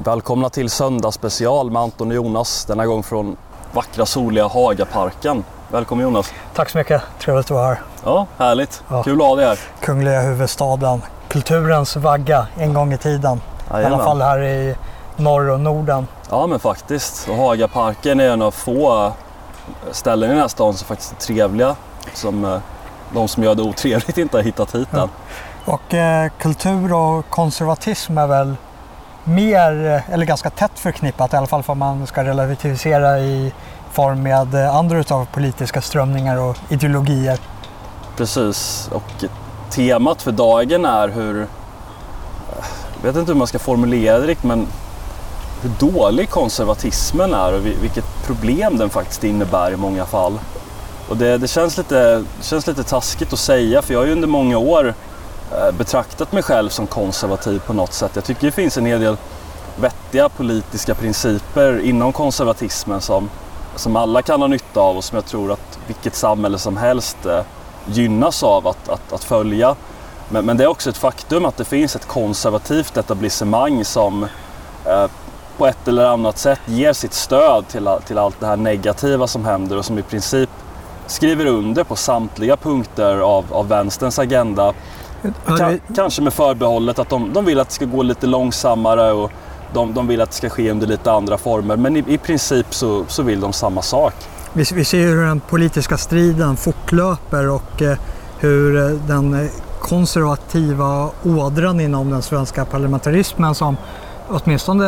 Välkomna till söndagsspecial med Anton och Jonas, denna gång från vackra soliga Hagaparken. Välkommen Jonas. Tack så mycket, trevligt att vara här. Ja, härligt. Ja. Kul att ha dig här. Kungliga huvudstaden, kulturens vagga en gång i tiden. Jajamän. I alla fall här i norr och Norden. Ja men faktiskt, och Hagaparken är en av få ställen i den här stan som faktiskt är trevliga. Som de som gör det otrevligt inte har hittat hit än. Ja. Och kultur och konservatism är väl mer, eller ganska tätt förknippat, i alla fall för man ska relativisera i form med andra utav politiska strömningar och ideologier. Precis, och temat för dagen är hur, jag vet inte hur man ska formulera det riktigt, men hur dålig konservatismen är och vilket problem den faktiskt innebär i många fall. Och det känns lite taskigt att säga, för jag har ju under många år betraktat mig själv som konservativ på något sätt. Jag tycker det finns en hel del vettiga politiska principer inom konservatismen som alla kan ha nytta av och som jag tror att vilket samhälle som helst gynnas av att följa. Men det är också ett faktum att det finns ett konservativt etablissemang som på ett eller annat sätt ger sitt stöd till allt det här negativa som händer och som i princip skriver under på samtliga punkter av vänsterns agenda. Kanske med förbehållet att de vill att det ska gå lite långsammare och de vill att det ska ske under lite andra former. Men i princip så vill de samma sak. Vi ser hur den politiska striden fortlöper och hur den konservativa ådran inom den svenska parlamentarismen som åtminstone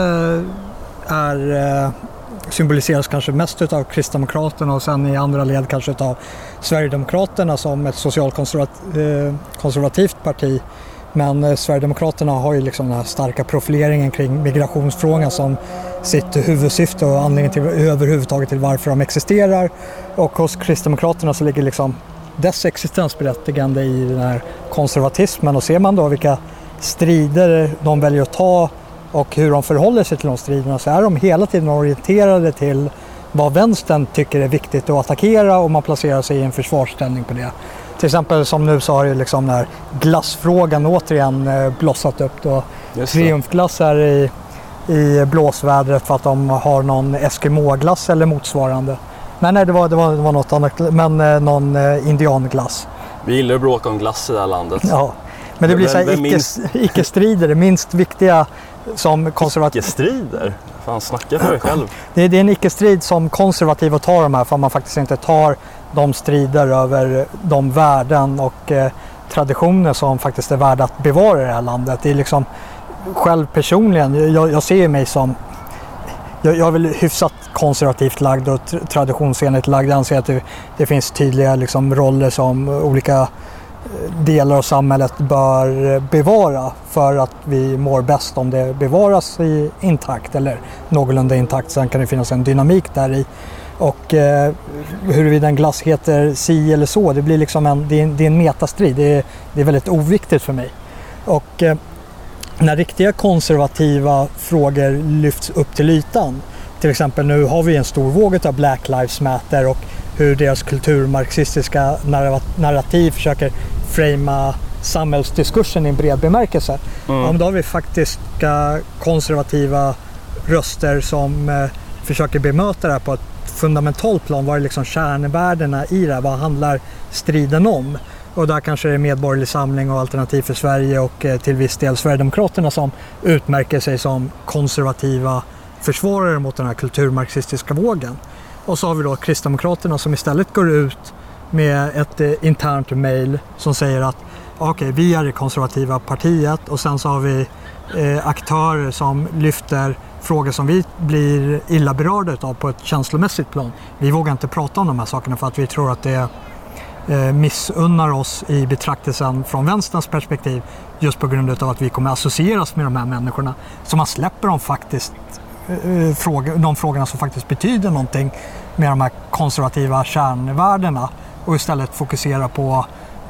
symboliseras kanske mest av Kristdemokraterna och sen i andra led kanske av Sverigedemokraterna som ett socialkonservativt parti. Men Sverigedemokraterna har ju liksom den här starka profileringen kring migrationsfrågan som sitt huvudsyfte och anledningen till överhuvudtaget till varför de existerar. Och hos Kristdemokraterna så ligger liksom dess existensberättigande i den här konservatismen, och ser man då vilka strider de väljer att ta och hur de förhåller sig till de striderna, så är de hela tiden orienterade till vad vänstern tycker är viktigt att attackera, och man placerar sig i en försvarsställning på det. Till exempel som nu så har ju liksom den här glassfrågan återigen blossat upp då. Triumfglass är i blåsvädret för att de har någon Eskimo-glass eller motsvarande. Nej, det var något annat, men någon indianglass. Vi gillar att bråka om glass i det här landet. Ja, men det blir så här icke-strider, det minst viktiga som konservativ. Icke-strider? Fan, snacka för dig själv. Det är en icke-strid som konservativ att ta de här, för man faktiskt inte tar de strider över de värden och traditioner som faktiskt är värda att bevara i det här landet. Det är liksom, själv personligen, jag ser mig som, jag är väl hyfsat konservativt lagd och traditionsenligt lagd. Jag anser att det finns tydliga liksom roller som olika delar av samhället bör bevara för att vi mår bäst om det bevaras i intakt eller någorlunda intakt. Sen kan det finnas en dynamik där i. Och huruvida en glass heter si eller så, det blir liksom det är en metastrid. Det är väldigt oviktigt för mig. Och när riktiga konservativa frågor lyfts upp till ytan, till exempel nu har vi en stor våg av Black Lives Matter och hur deras kulturmarxistiska narrativ försöker framea samhällsdiskursen i en bred bemärkelse. Om då har vi faktiska konservativa röster som försöker bemöta det här på ett fundamentalt plan. Vad är liksom kärnvärdena i det här? Vad handlar striden om? Och där kanske det är Medborgerlig Samling och Alternativ för Sverige och till viss del Sverigedemokraterna som utmärker sig som konservativa försvarare mot den här kulturmarxistiska vågen. Och så har vi då Kristdemokraterna som istället går ut med ett internt mejl som säger att okej, vi är det konservativa partiet, och sen så har vi aktörer som lyfter frågor som vi blir illa berörda av på ett känslomässigt plan. Vi vågar inte prata om de här sakerna för att vi tror att det missunnar oss i betraktelsen från vänsterns perspektiv, just på grund av att vi kommer associeras med de här människorna. Så man släpper dem faktiskt de frågorna som faktiskt betyder någonting med de här konservativa kärnvärdena, och istället fokusera på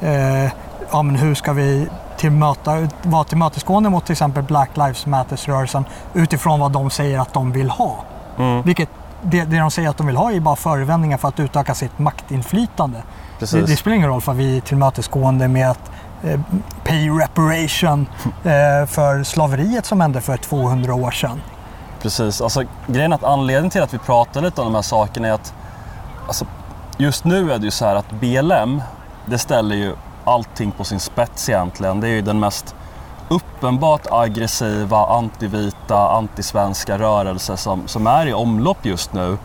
men hur ska vi vara tillmötesgående mot till exempel Black Lives Matters-rörelsen utifrån vad de säger att de vill ha. Vilket det de säger att de vill ha är bara förevändningar för att utöka sitt maktinflytande. Det spelar ingen roll för att vi är tillmötesgående med att pay reparation för slaveriet som hände för 200 år sedan. Precis. Alltså, grejen är att anledningen till att vi pratar lite om de här sakerna är att alltså, just nu är det ju så här att BLM, det ställer ju allting på sin spets egentligen. Det är ju den mest uppenbart aggressiva, antivita, antisvenska rörelse som är i omlopp just nu.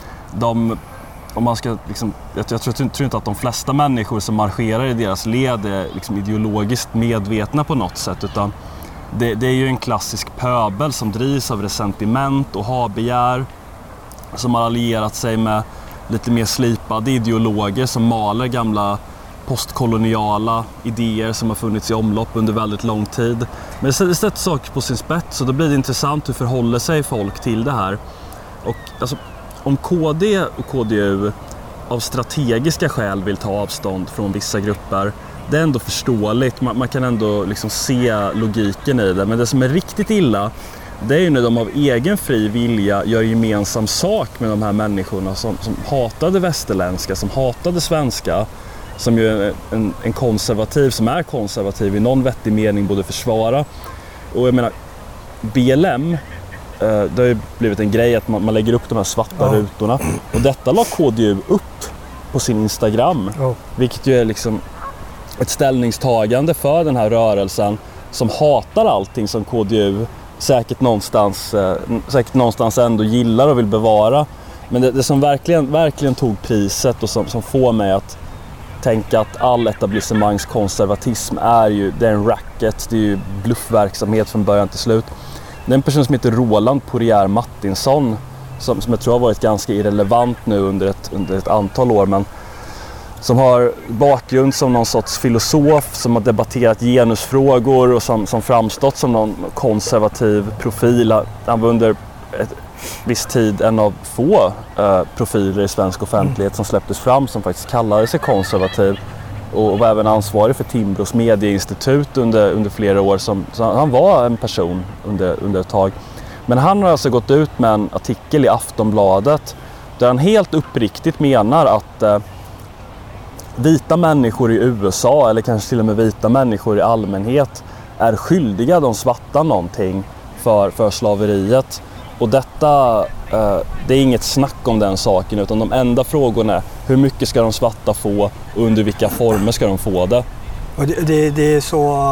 Om man ska liksom, jag tror inte att de flesta människor som marscherar i deras led är liksom ideologiskt medvetna på något sätt, utan det är ju en klassisk pöbel som drivs av resentiment och habegär, som har allierat sig med lite mer slipade ideologer som maler gamla postkoloniala idéer som har funnits i omlopp under väldigt lång tid. Men det sätter saker på sin spets, och då blir det intressant hur förhåller sig folk till det här. Och alltså, om KD och KDU av strategiska skäl vill ta avstånd från vissa grupper, det är ändå förståeligt. Man kan ändå liksom se logiken i det. Men det som är riktigt illa, det är ju när de av egen fri vilja gör gemensam sak med de här människorna som hatade västerländska, som hatade svenska, som ju är en konservativ, som är konservativ i någon vettig mening borde försvara. Och jag menar, BLM, det har ju blivit en grej att man lägger upp de här svarta rutorna. Och detta la KDU upp på sin Instagram. Vilket ju är liksom ett ställningstagande för den här rörelsen som hatar allting som KDU säkert någonstans ändå gillar och vill bevara. Men det som verkligen tog priset och som får mig att tänka att all etablissemangskonservatism det är en racket, det är ju bluffverksamhet från början till slut. Det är en person som heter Roland Poirier Martinsson som jag tror har varit ganska irrelevant nu under ett antal år, men som har bakgrund som någon sorts filosof som har debatterat genusfrågor och som framstått som någon konservativ profil. Han var under ett viss tid en av få profiler i svensk offentlighet som släpptes fram som faktiskt kallade sig konservativ, och var även ansvarig för Timbros medieinstitut under flera år. Så han var en person under ett tag. Men han har alltså gått ut med en artikel i Aftonbladet där han helt uppriktigt menar att vita människor i USA, eller kanske till och med vita människor i allmänhet, är skyldiga de svarta någonting för slaveriet. Och detta, det är inget snack om den saken, utan de enda frågorna är hur mycket ska de svarta få och under vilka former ska de få det. Och det är så,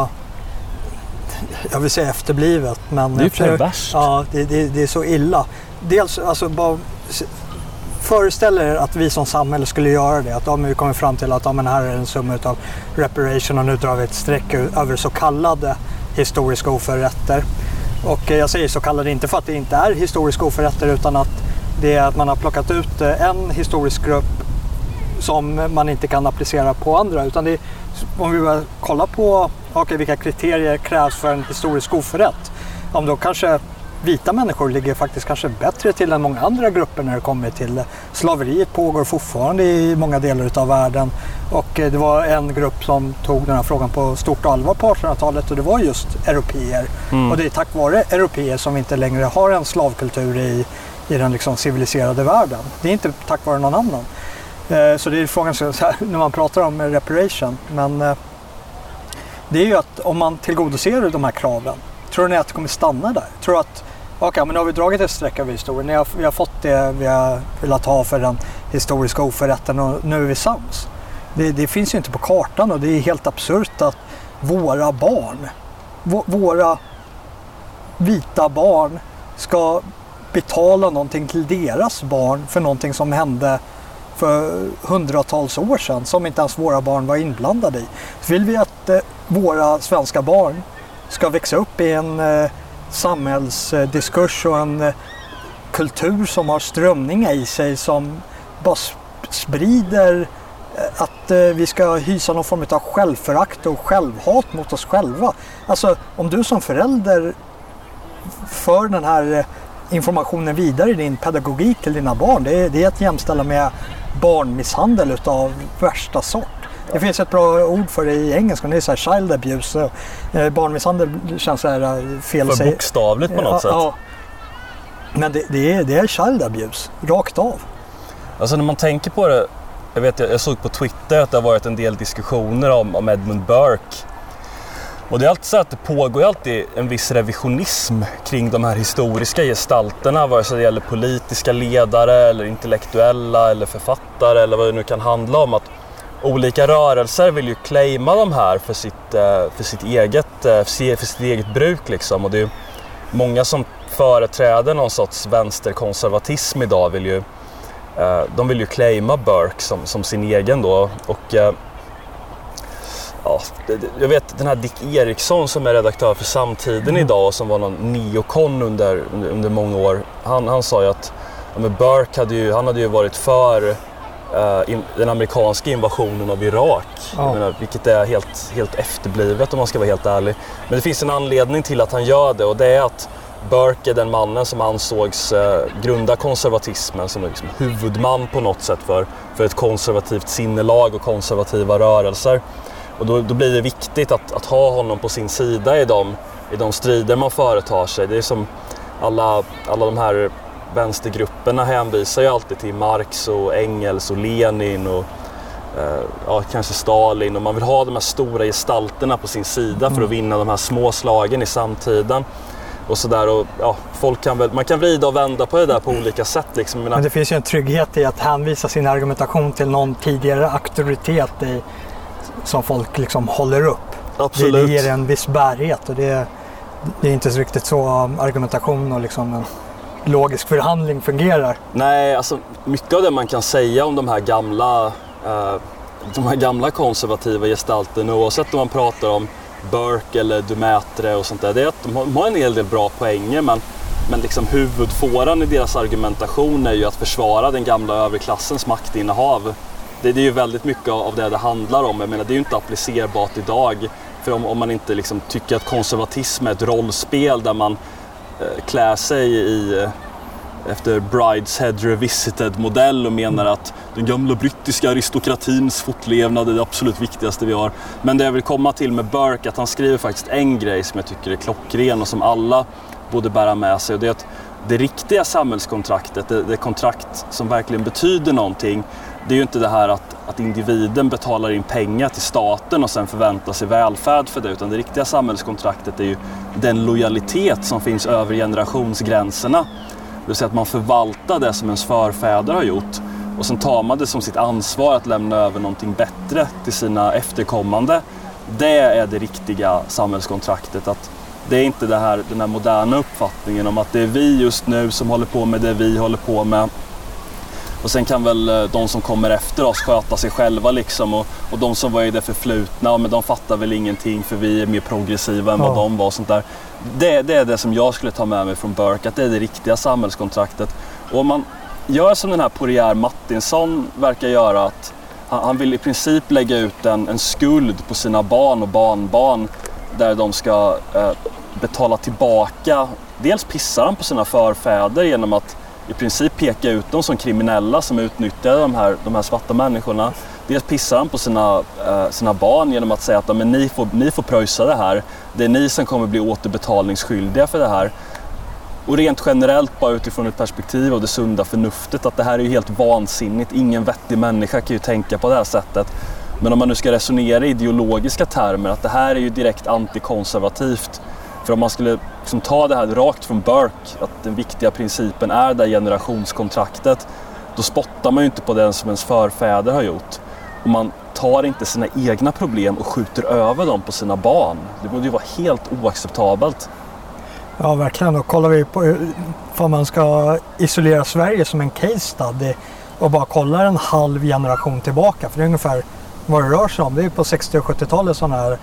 jag vill säga efterblivet, men det är perverst. Ja, det är så illa. Dels, alltså, bara föreställer er att vi som samhälle skulle göra det, att vi kommer fram till att men här är en summa av reparation och nu drar vi ett streck över så kallade historiska oförrätter. Och jag säger så kallade inte för att det inte är historiska oförrätter, utan att det är att man har plockat ut en historisk grupp som man inte kan applicera på andra, utan det är, om vi börjar kolla på vilka kriterier krävs för en historisk oförrätt, om då kanske vita människor ligger faktiskt kanske bättre till än många andra grupper när det kommer till slaveriet. Pågår fortfarande i många delar av världen, och det var en grupp som tog den här frågan på stort allvar på 1800-talet, och det var just europeer. Och det är tack vare europeer som vi inte längre har en slavkultur i den liksom civiliserade världen. Det är inte tack vare någon annan. Så det är frågan så här, när man pratar om reparation, men det är ju att om man tillgodoser de här kraven, tror ni att det kommer stanna där? Tror att men nu har vi dragit ett streck över historien, vi har fått det vi har velat ha för den historiska oförrätten, och nu är vi sams. Det finns ju inte på kartan, och det är helt absurt att våra barn, våra vita barn, ska betala någonting till deras barn för någonting som hände för hundratals år sedan, som inte ens våra barn var inblandade i. Så vill vi att våra svenska barn ska växa upp i en samhällsdiskurs och en kultur som har strömningar i sig som bara sprider att vi ska hysa någon form av självförakt och självhat mot oss själva. Alltså, om du som förälder för den här informationen vidare i din pedagogik till dina barn, det är att jämställa med barnmisshandel utav värsta sort. Det finns ett bra ord för det i engelska, det är så här child abuse. Barnmisshandel känns så här fel. För bokstavligt på något sätt. Ja. Men det är child abuse, rakt av. Alltså när man tänker på det, jag såg på Twitter att det har varit en del diskussioner om Edmund Burke. Och det är alltid så att det pågår alltid en viss revisionism kring de här historiska gestalterna, vare sig det gäller politiska ledare eller intellektuella eller författare eller vad det nu kan handla om. Att olika rörelser vill ju claima de här för sitt eget bruk liksom. Och det är många som företräder någon sorts vänsterkonservatism idag de vill ju claima Burke som sin egen då. Och jag vet den här Dick Eriksson som är redaktör för Samtiden idag och som var någon neokon under många år. Han sa ju att Burke hade ju varit för den amerikanska invasionen av Irak. Jag menar, vilket är helt efterblivet om man ska vara helt ärlig. Men det finns en anledning till att han gör det, och det är att Burke är den mannen som ansågs grunda konservatismen som liksom huvudman på något sätt för ett konservativt sinnelag och konservativa rörelser. Och då blir det viktigt att ha honom på sin sida i de strider man företar sig. Det är som alla de här vänstergrupperna hänvisar ju alltid till Marx och Engels och Lenin och kanske Stalin. Och man vill ha de här stora gestalterna på sin sida för att vinna de här små slagen i samtiden. Och sådär, och man kan vrida och vända på det där på olika sätt liksom. Men det finns ju en trygghet i att hänvisa sin argumentation till någon tidigare auktoritet som folk liksom håller upp. Absolut. Det ger en viss bärighet, och det är inte riktigt så argumentation och liksom en logisk förhandling fungerar. Nej, alltså mycket av det man kan säga om de här gamla konservativa gestalterna, oavsett om man pratar om Burke eller Dumatre och sånt där, det är att de har en hel del bra poänger, men liksom huvudfåran i deras argumentation är ju att försvara den gamla överklassens maktinnehav. Det är ju väldigt mycket av det handlar om. Jag menar, det är ju inte applicerbart idag. För om man inte liksom tycker att konservatism är ett rollspel där man klär sig efter Brideshead Revisited-modell och menar att den gamla brittiska aristokratins fortlevnad är det absolut viktigaste vi har. Men det jag vill komma till med Burke, att han skriver faktiskt en grej som jag tycker är klockren och som alla borde bära med sig. Och det är att det riktiga samhällskontraktet, det kontrakt som verkligen betyder någonting, det är ju inte det här att individen betalar in pengar till staten och sen förväntar sig välfärd för det, utan det riktiga samhällskontraktet är ju den lojalitet som finns över generationsgränserna. Det vill säga att man förvaltar det som ens förfäder har gjort, och sen tar man det som sitt ansvar att lämna över någonting bättre till sina efterkommande. Det är det riktiga samhällskontraktet. Att det är inte den här moderna uppfattningen om att det är vi just nu som håller på med det vi håller på med. Och sen kan väl de som kommer efter oss sköta sig själva liksom, och de som var i det förflutna, men de fattar väl ingenting för vi är mer progressiva än vad de var och sånt där. Det är det som jag skulle ta med mig från Burke, att det är det riktiga samhällskontraktet. Och om man gör som den här Poirier Mattinson verkar göra, att han vill i princip lägga ut en skuld på sina barn och barnbarn där de ska betala tillbaka. Dels pissar han på sina förfäder genom att i princip peka ut dem som kriminella som utnyttjar de här svarta människorna. Dels pissar han på sina barn genom att säga att ni får pröjsa det här. Det är ni som kommer bli återbetalningsskyldiga för det här. Och rent generellt, bara utifrån ett perspektiv av det sunda förnuftet, att det här är ju helt vansinnigt. Ingen vettig människa kan ju tänka på det här sättet. Men om man nu ska resonera i ideologiska termer, att det här är ju direkt antikonservativt. För om man skulle liksom ta det här rakt från Burke, att den viktiga principen är det generationskontraktet, då spottar man ju inte på den som ens förfäder har gjort. Och man tar inte sina egna problem och skjuter över dem på sina barn. Det borde ju vara helt oacceptabelt. Ja, verkligen. Och kollar vi på om man ska isolera Sverige som en case study och bara kollar en halv generation tillbaka, för det är ungefär vad det rör sig om. Det är på 60- och 70-talet sådana här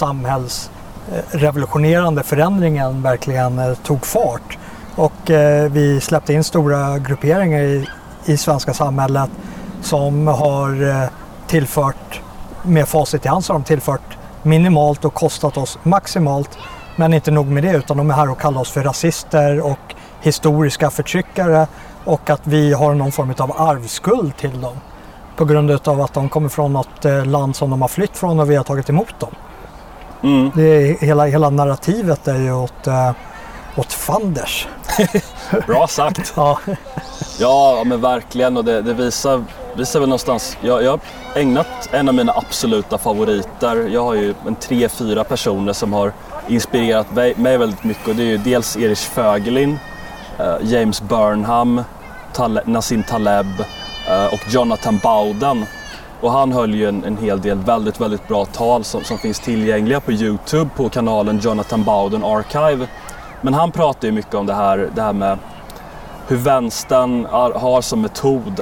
samhällsrevolutionerande förändringen verkligen tog fart. Och vi släppte in stora grupperingar i svenska samhället som har tillfört, med facit i hand, så har de tillfört minimalt och kostat oss maximalt. Men inte nog med det, utan de är här och kallar oss för rasister och historiska förtryckare, och att vi har någon form av arvskuld till dem på grund av att de kommer från något land som de har flytt från och vi har tagit emot dem. Mm. Det är, hela narrativet är ju åt fanders. Bra sagt. Ja. Ja, men verkligen, och det visar visar väl någonstans, jag har ägnat en av mina absoluta favoriter. Jag har ju 3-4 personer som har inspirerat mig väldigt mycket, och det är ju dels Erich Voegelin, James Burnham, Nassim Taleb och Jonathan Bowden. Och han höll ju en hel del väldigt, väldigt bra tal som finns tillgängliga på YouTube på kanalen Jonathan Bowden Archive. Men han pratar ju mycket om det här med hur vänstern har som metod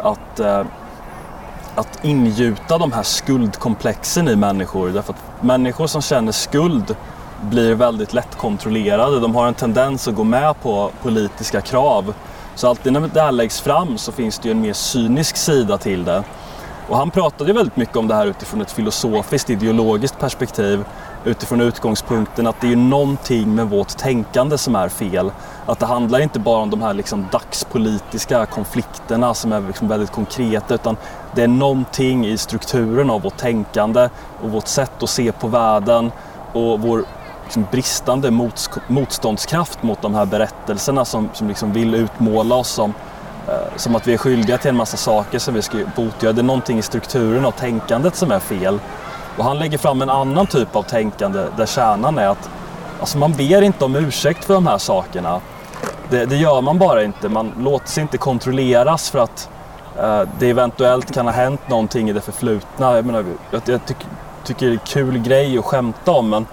att ingjuta de här skuldkomplexen i människor. Därför att människor som känner skuld blir väldigt lätt kontrollerade. De har en tendens att gå med på politiska krav. Så alltid när det här läggs fram så finns det ju en mer cynisk sida till det. Och han pratade väldigt mycket om det här utifrån ett filosofiskt, ideologiskt perspektiv. Utifrån utgångspunkten att det är någonting med vårt tänkande som är fel. Att det handlar inte bara om de här liksom dagspolitiska konflikterna som är liksom väldigt konkreta, utan det är någonting i strukturen av vårt tänkande och vårt sätt att se på världen och vår liksom bristande motståndskraft mot de här berättelserna som liksom vill utmåla oss som att vi är skyldiga till en massa saker som vi ska botgöra. Det är någonting i strukturen av tänkandet som är fel. Och han lägger fram en annan typ av tänkande där kärnan är att alltså man ber inte om ursäkt för de här sakerna. Det gör man bara inte. Man låter sig inte kontrolleras för att det eventuellt kan ha hänt någonting i det förflutna. Jag menar, jag tycker det är en kul grej att skämta om, men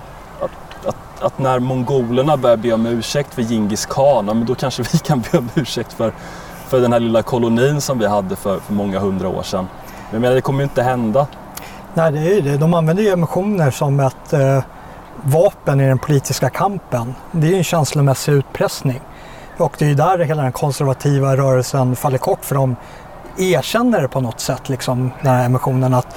att när mongolerna börjar be om ursäkt för Genghis Khan, men då kanske vi kan be om ursäkt för den här lilla kolonin som vi hade för många 100 år sedan. Men det kommer ju inte hända. Nej, det är ju det. De använder ju emotioner som ett vapen i den politiska kampen. Det är ju en känslomässig utpressning. Och det är ju där hela den konservativa rörelsen faller kort, för de erkänner på något sätt liksom, den här emotionen att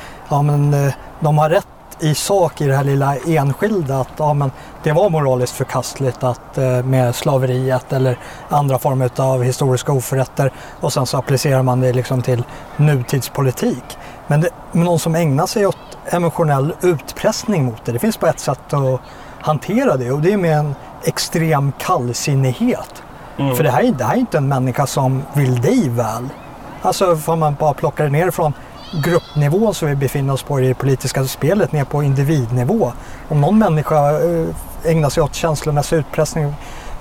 de har rätt i sak i det här lilla enskilda, att det var moraliskt förkastligt med slaveriet eller andra former av historiska oförrätter, och sen så applicerar man det liksom till nutidspolitik. Men någon som ägnar sig åt emotionell utpressning mot det finns bara ett sätt att hantera det, och det är med en extrem kallsinnighet. För det här är inte en människa som vill dig väl. Alltså får man bara plocka det ner från gruppnivå som vi befinner oss på i det politiska spelet ner på individnivå. Om någon människa ägnar sig åt känslomässig utpressning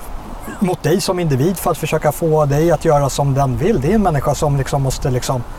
mot dig som individ för att försöka få dig att göra som den vill, det är en människa som liksom måste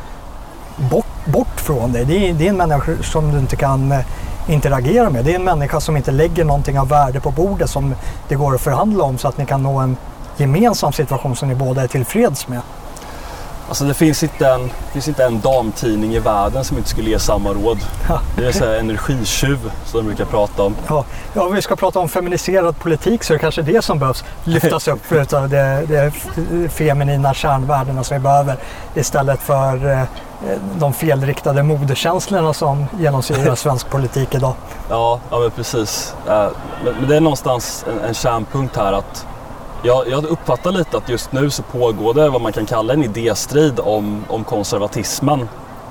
bort från dig. Det är en människa som du inte kan interagera med. Det är en människa som inte lägger någonting av värde på bordet som det går att förhandla om, så att ni kan nå en gemensam situation som ni båda är tillfreds med. Alltså det finns inte en damtidning i världen som inte skulle ge samma råd. Ja. Det är så här energitjuv som de brukar prata om. Ja, vi ska prata om feminiserad politik, så är det kanske det som behövs lyftas upp utav det feminina kärnvärdena som vi behöver, istället för de felriktade modekänslorna som genomsyrar svensk politik idag. Ja, men precis. Men det är någonstans en kärnpunkt här att jag uppfattar lite att just nu så pågår det vad man kan kalla en idéstrid om konservatismen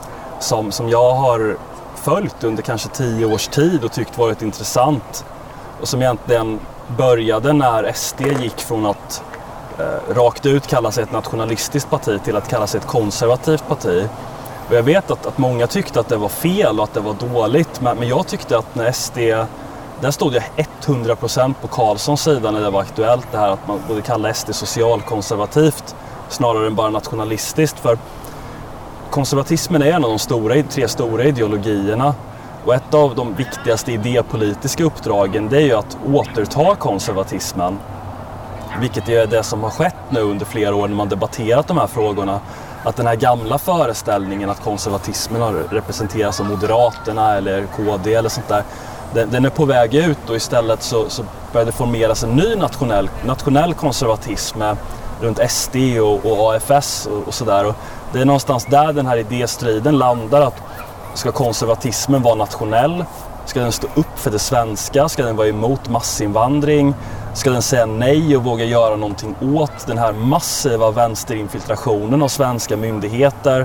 som jag har följt under kanske 10 års tid och tyckt varit intressant, och som egentligen började när SD gick från att rakt ut kalla sig ett nationalistiskt parti till att kalla sig ett konservativt parti. Och jag vet att många tyckte att det var fel och att det var dåligt, men jag tyckte att när SD... Där stod jag 100% på Karlssons sida när det var aktuellt, det här att man borde kalla SD socialkonservativt snarare än bara nationalistiskt. För konservatismen är en av de 3 stora ideologierna, och ett av de viktigaste idépolitiska uppdragen, det är ju att återta konservatismen. Vilket är det som har skett nu under flera år när man debatterat de här frågorna. Att den här gamla föreställningen att konservatismen har representerats av Moderaterna eller KD eller sånt där, den är på väg ut, och istället så börjar det formeras en ny nationell konservatism runt SD och AFS och sådär. Och det är någonstans där den här idéstriden landar, att ska konservatismen vara nationell? Ska den stå upp för det svenska? Ska den vara emot massinvandring? Ska den säga nej och våga göra någonting åt den här massiva vänsterinfiltrationen av svenska myndigheter?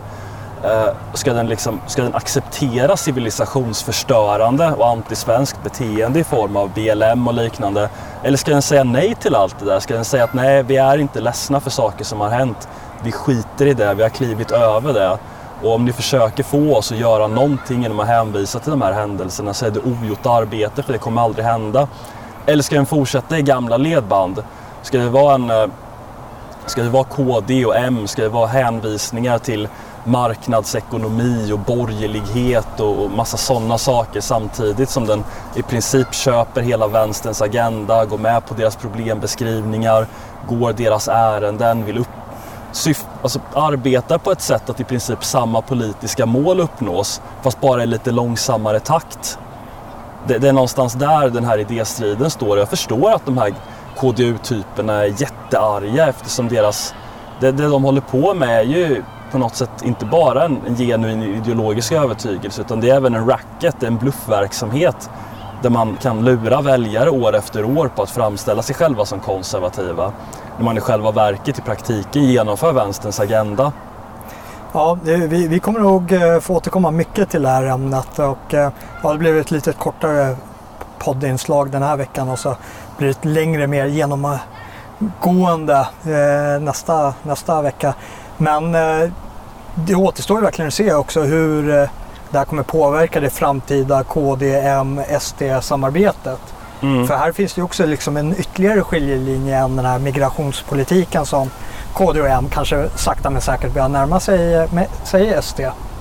Ska den acceptera civilisationsförstörande och antisvenskt beteende i form av BLM och liknande? Eller ska den säga nej till allt det där? Ska den säga att nej, vi är inte ledsna för saker som har hänt. Vi skiter i det, vi har klivit över det. Och om ni försöker få oss att göra någonting genom att hänvisa till de här händelserna så är det ogjort arbete, för det kommer aldrig hända. Eller ska den fortsätta i gamla ledband? Ska det vara KD och M? Ska det vara hänvisningar till marknadsekonomi och borgerlighet och massa sådana saker, samtidigt som den i princip köper hela vänsterns agenda, går med på deras problembeskrivningar, går deras ärenden, vill arbetar på ett sätt att i princip samma politiska mål uppnås, fast bara i lite långsammare takt. Det är någonstans där den här idéstriden står. Jag förstår att de här KDU-typerna är jättearga, eftersom det de håller på med är ju på något sätt inte bara en genuin ideologisk övertygelse, utan det är även en racket, en bluffverksamhet där man kan lura väljare år efter år på att framställa sig själva som konservativa, när man i själva verket i praktiken genomför vänsterns agenda. Ja, vi kommer nog få återkomma mycket till det här ämnet, och det blir ett lite kortare poddinslag den här veckan, och så blir det ett längre, mer genomgående nästa vecka. Men det återstår verkligen att se också hur det här kommer påverka det framtida KD-M-SD-samarbetet. För här finns det också liksom en ytterligare skiljelinje än den här migrationspolitiken som KD och M kanske sakta men säkert börjar närma sig SD.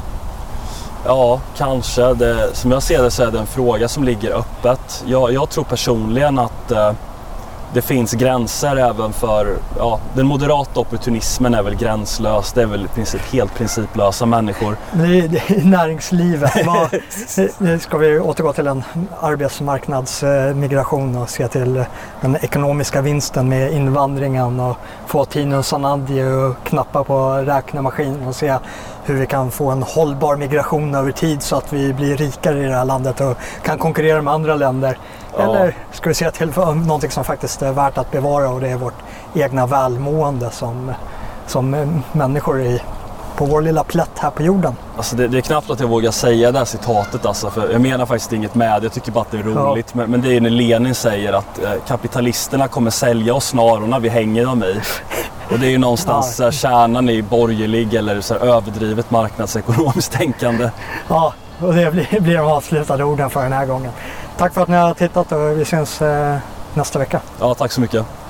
Ja, kanske. Som jag ser det så är det en fråga som ligger öppet. Jag tror personligen att det finns gränser även för... den moderata opportunismen är väl gränslös. Det är väl i princip helt principlösa människor. I näringslivet. Nu ska vi återgå till en arbetsmarknadsmigration och se till den ekonomiska vinsten med invandringen och få Tino Sanadji och knappa på räknemaskinen och se hur vi kan få en hållbar migration över tid så att vi blir rikare i det här landet och kan konkurrera med andra länder. Eller ska vi se till någonting som faktiskt är värt att bevara, och det är vårt egna välmående som människor på vår lilla plätt här på jorden. Alltså det är knappt att jag vågar säga det här citatet, alltså, för jag menar faktiskt inget med det. Jag tycker bara att det är roligt. Ja. Men det är ju när Lenin säger att kapitalisterna kommer sälja oss snarorna vi hänger dem i. Och det är ju någonstans kärnan i borgerlig eller så överdrivet marknadsekonomiskt tänkande. Ja, och det blir de avslutade orden för den här gången. Tack för att ni har tittat, och vi syns nästa vecka. Ja, tack så mycket.